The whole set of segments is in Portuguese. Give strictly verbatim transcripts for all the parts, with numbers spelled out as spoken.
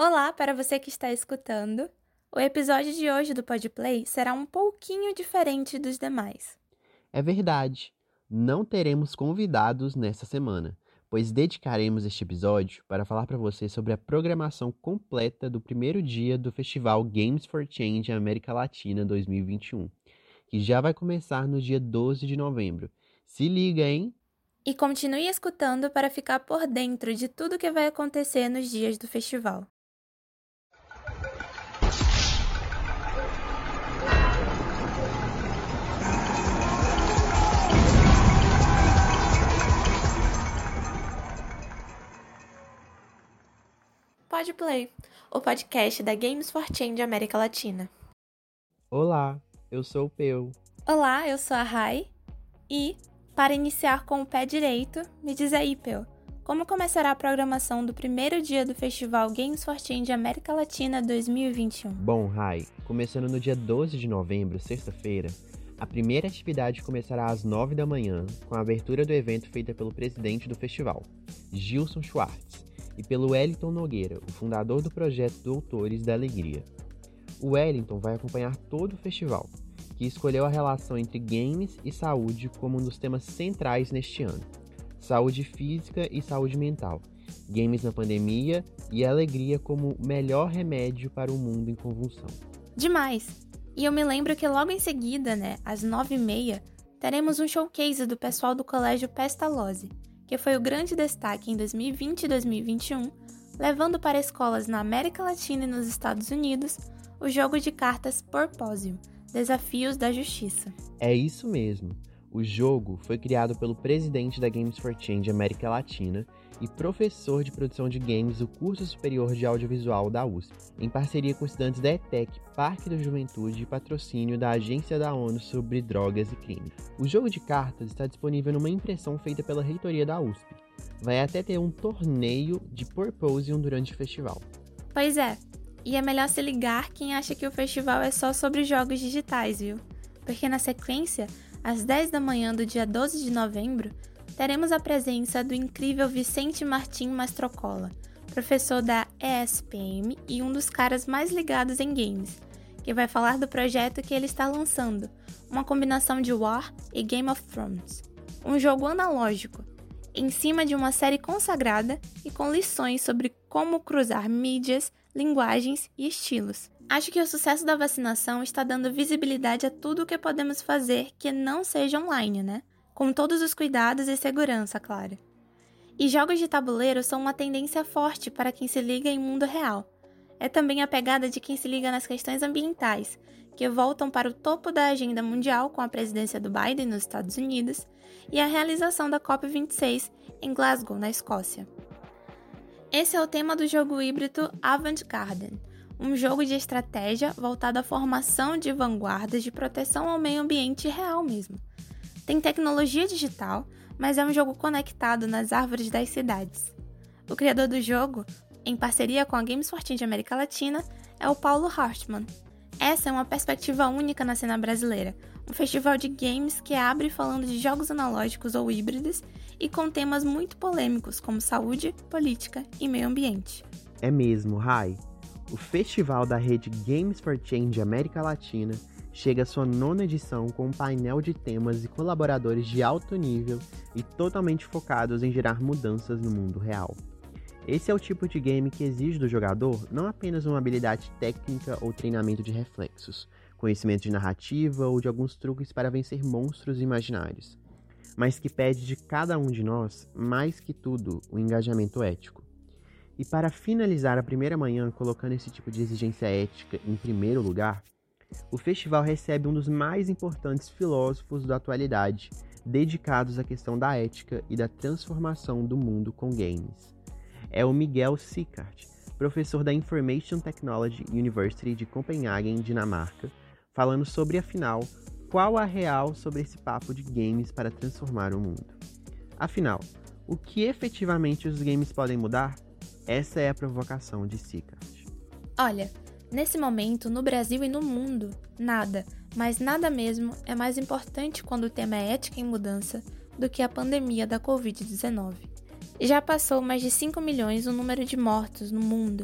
Olá para você que está escutando. O episódio de hoje do Podplay será um pouquinho diferente dos demais. É verdade, não teremos convidados nessa semana, pois dedicaremos este episódio para falar para você sobre a programação completa do primeiro dia do Festival Games for Change América Latina dois mil e vinte e um, que já vai começar no dia doze de novembro. Se liga, hein? E continue escutando para ficar por dentro de tudo que vai acontecer nos dias do festival. Podplay, o podcast da Games for Change América Latina. Olá, eu sou o Peu. Olá, eu sou a Rai. E, para iniciar com o pé direito, me diz aí, Peu, como começará a programação do primeiro dia do Festival Games for Change América Latina dois mil e vinte e um? Bom, Rai, começando no dia doze de novembro, sexta-feira, a primeira atividade começará às nove da manhã, com a abertura do evento feita pelo presidente do festival, Gilson Schwartz, e pelo Wellington Nogueira, o fundador do projeto Doutores da Alegria. O Wellington vai acompanhar todo o festival, que escolheu a relação entre games e saúde como um dos temas centrais neste ano. Saúde física e saúde mental, games na pandemia e alegria como melhor remédio para o mundo em convulsão. Demais! E eu me lembro que logo em seguida, né, às nove e meia, teremos um showcase do pessoal do Colégio Pestalozzi, que foi o grande destaque em dois mil e vinte e dois mil e vinte e um, levando para escolas na América Latina e nos Estados Unidos o jogo de cartas Purposium, Desafios da Justiça. É isso mesmo. O jogo foi criado pelo presidente da Games for Change América Latina e professor de produção de games do curso superior de audiovisual da U S P, em parceria com estudantes da ETEC, Parque da Juventude e patrocínio da Agência da ONU sobre Drogas e Crime. O jogo de cartas está disponível numa impressão feita pela reitoria da U S P. Vai até ter um torneio de Purposium durante o festival. Pois é, e é melhor se ligar quem acha que o festival é só sobre jogos digitais, viu? Porque na sequência, às dez da manhã do dia doze de novembro, teremos a presença do incrível Vicente Martim Mastrocola, professor da E S P M e um dos caras mais ligados em games, que vai falar do projeto que ele está lançando, uma combinação de War e Game of Thrones. Um jogo analógico, em cima de uma série consagrada e com lições sobre como cruzar mídias, linguagens e estilos. Acho que o sucesso da vacinação está dando visibilidade a tudo o que podemos fazer que não seja online, né? Com todos os cuidados e segurança, claro. E jogos de tabuleiro são uma tendência forte para quem se liga em mundo real. É também a pegada de quem se liga nas questões ambientais, que voltam para o topo da agenda mundial com a presidência do Biden nos Estados Unidos e a realização da COP vinte e seis em Glasgow, na Escócia. Esse é o tema do jogo híbrido Avant Garden, um jogo de estratégia voltado à formação de vanguardas de proteção ao meio ambiente real mesmo. Tem tecnologia digital, mas é um jogo conectado nas árvores das cidades. O criador do jogo, em parceria com a Games for Change América Latina, é o Paulo Hartmann. Essa é uma perspectiva única na cena brasileira, um festival de games que abre falando de jogos analógicos ou híbridos e com temas muito polêmicos como saúde, política e meio ambiente. É mesmo, Rai. O festival da rede Games for Change América Latina chega à sua nona edição com um painel de temas e colaboradores de alto nível e totalmente focados em gerar mudanças no mundo real. Esse é o tipo de game que exige do jogador não apenas uma habilidade técnica ou treinamento de reflexos, conhecimento de narrativa ou de alguns truques para vencer monstros imaginários, mas que pede de cada um de nós, mais que tudo, o engajamento ético. E para finalizar a primeira manhã colocando esse tipo de exigência ética em primeiro lugar, o festival recebe um dos mais importantes filósofos da atualidade, dedicados à questão da ética e da transformação do mundo com games. É o Miguel Sicart, professor da Information Technology University de Copenhagen, Dinamarca, falando sobre, afinal, qual a real sobre esse papo de games para transformar o mundo. Afinal, o que efetivamente os games podem mudar? Essa é a provocação de Sicart. Olha, nesse momento, no Brasil e no mundo, nada, mas nada mesmo é mais importante quando o tema é ética em mudança do que a pandemia da covid dezenove. Já passou mais de cinco milhões o número de mortos no mundo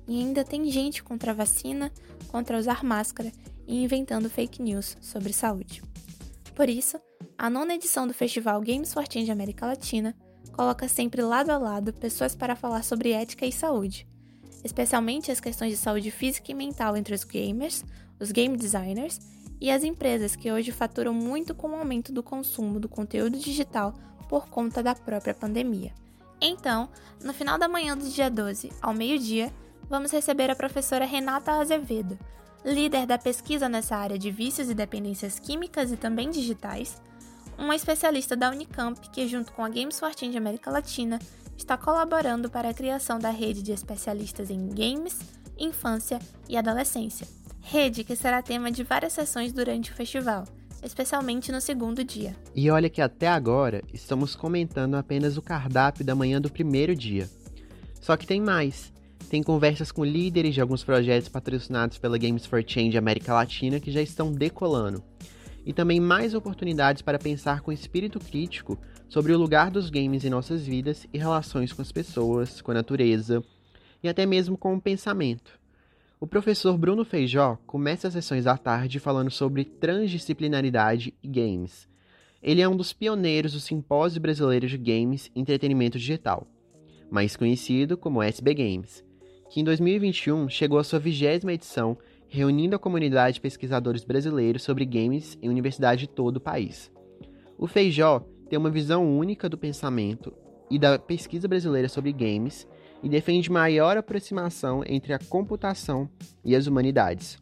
E ainda tem gente contra a vacina, contra usar máscara e inventando fake news sobre saúde. Por isso, a nona edição do Festival Games for Change América Latina coloca sempre lado a lado pessoas para falar sobre ética e saúde, especialmente as questões de saúde física e mental entre os gamers, os game designers e as empresas que hoje faturam muito com o aumento do consumo do conteúdo digital por conta da própria pandemia. Então, no final da manhã do dia doze, ao meio-dia, vamos receber a professora Renata Azevedo, líder da pesquisa nessa área de vícios e dependências químicas e também digitais, uma especialista da Unicamp que, junto com a Games for Change América Latina, está colaborando para a criação da rede de especialistas em games, infância e adolescência. Rede que será tema de várias sessões durante o festival, especialmente no segundo dia. E olha que até agora estamos comentando apenas o cardápio da manhã do primeiro dia. Só que tem mais. Tem conversas com líderes de alguns projetos patrocinados pela Games for Change América Latina que já estão decolando. E também mais oportunidades para pensar com espírito crítico sobre o lugar dos games em nossas vidas e relações com as pessoas, com a natureza e até mesmo com o pensamento. O professor Bruno Feijó começa as sessões à tarde falando sobre transdisciplinaridade e games. Ele é um dos pioneiros do Simpósio Brasileiro de Games e Entretenimento Digital, mais conhecido como S B Games, que em dois mil e vinte e um chegou à sua vigésima edição, reunindo a comunidade de pesquisadores brasileiros sobre games em universidades de todo o país. O Feijó tem uma visão única do pensamento e da pesquisa brasileira sobre games e defende maior aproximação entre a computação e as humanidades.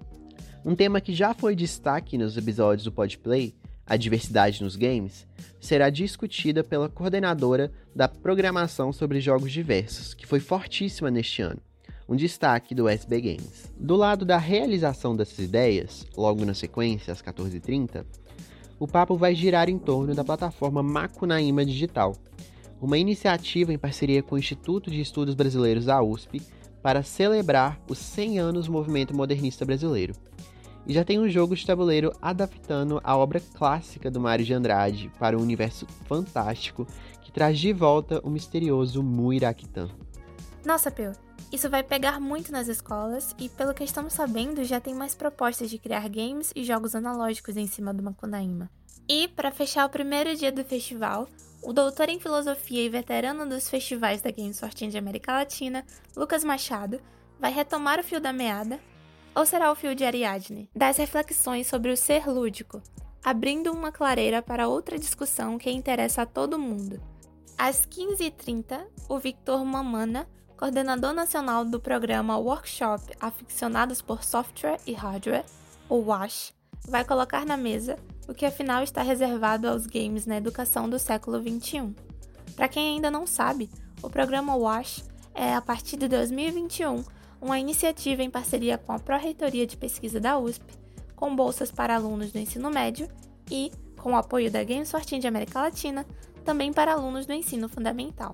Um tema que já foi destaque nos episódios do Podplay, a diversidade nos games, será discutida pela coordenadora da programação sobre jogos diversos, que foi fortíssima neste ano, um destaque do S B Games. Do lado da realização dessas ideias, logo na sequência, às quatorze e trinta, o papo vai girar em torno da plataforma Macunaíma Digital, uma iniciativa em parceria com o Instituto de Estudos Brasileiros da U S P para celebrar os cem anos do movimento modernista brasileiro. E já tem um jogo de tabuleiro adaptando a obra clássica do Mário de Andrade para um universo fantástico que traz de volta o misterioso Muiraquitã. Nossa, Peu, isso vai pegar muito nas escolas e, pelo que estamos sabendo, já tem mais propostas de criar games e jogos analógicos em cima do Macunaíma. E, para fechar o primeiro dia do festival, o doutor em filosofia e veterano dos festivais da Games for Change América Latina, Lucas Machado, vai retomar o fio da meada, ou será o fio de Ariadne, das reflexões sobre o ser lúdico, abrindo uma clareira para outra discussão que interessa a todo mundo. Às quinze e trinta, o Victor Mamana, coordenador nacional do programa Workshop Aficionados por Software e Hardware, o WASH, vai colocar na mesa o que afinal está reservado aos games na educação do século vinte e um. Para quem ainda não sabe, o programa WASH é, a partir de dois mil e vinte e um, uma iniciativa em parceria com a Pró-Reitoria de Pesquisa da U S P, com bolsas para alunos do ensino médio e, com o apoio da Games for Change América Latina, também para alunos do ensino fundamental.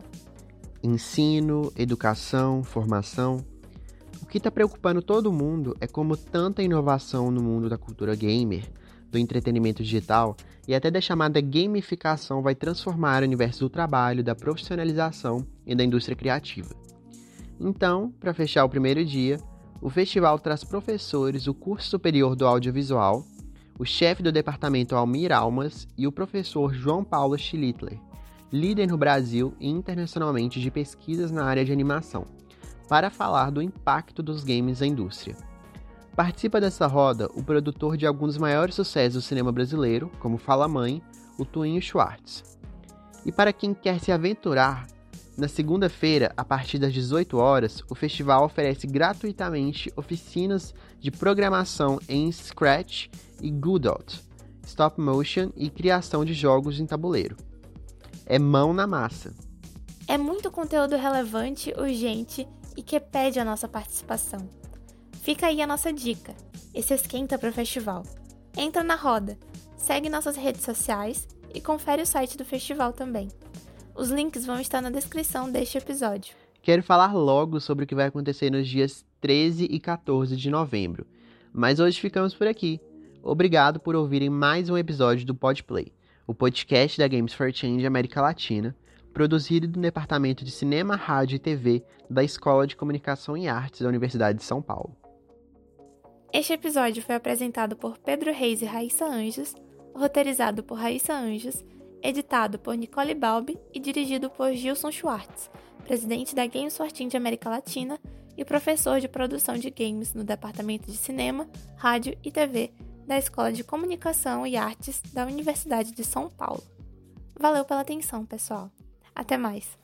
Ensino, educação, formação. O que está preocupando todo mundo é como tanta inovação no mundo da cultura gamer, do entretenimento digital e até da chamada gamificação vai transformar o universo do trabalho, da profissionalização e da indústria criativa. Então, para fechar o primeiro dia, o festival traz professores do curso superior do audiovisual, o chefe do departamento Almir Almas e o professor João Paulo Schlittler, líder no Brasil e internacionalmente de pesquisas na área de animação, para falar do impacto dos games na indústria. Participa dessa roda o produtor de alguns dos maiores sucessos do cinema brasileiro, como Fala Mãe, o Tuinho Schwartz. E para quem quer se aventurar, na segunda-feira, a partir das dezoito horas, o festival oferece gratuitamente oficinas de programação em Scratch e Godot, stop motion e criação de jogos em tabuleiro. É mão na massa. É muito conteúdo relevante, urgente e que pede a nossa participação. Fica aí a nossa dica, esse esquenta para o festival. Entra na roda, segue nossas redes sociais e confere o site do festival também. Os links vão estar na descrição deste episódio. Quero falar logo sobre o que vai acontecer nos dias treze e quatorze de novembro, mas hoje ficamos por aqui. Obrigado por ouvirem mais um episódio do Podplay, o podcast da Games for Change América Latina, produzido no Departamento de Cinema, Rádio e T V da Escola de Comunicação e Artes da Universidade de São Paulo. Este episódio foi apresentado por Pedro Reis e Raíssa Anjos, roteirizado por Raíssa Anjos, editado por Nicole Balbi e dirigido por Gilson Schwartz, presidente da Games for Teen de América Latina e professor de produção de games no Departamento de Cinema, Rádio e T V da Escola de Comunicação e Artes da Universidade de São Paulo. Valeu pela atenção, pessoal. Até mais!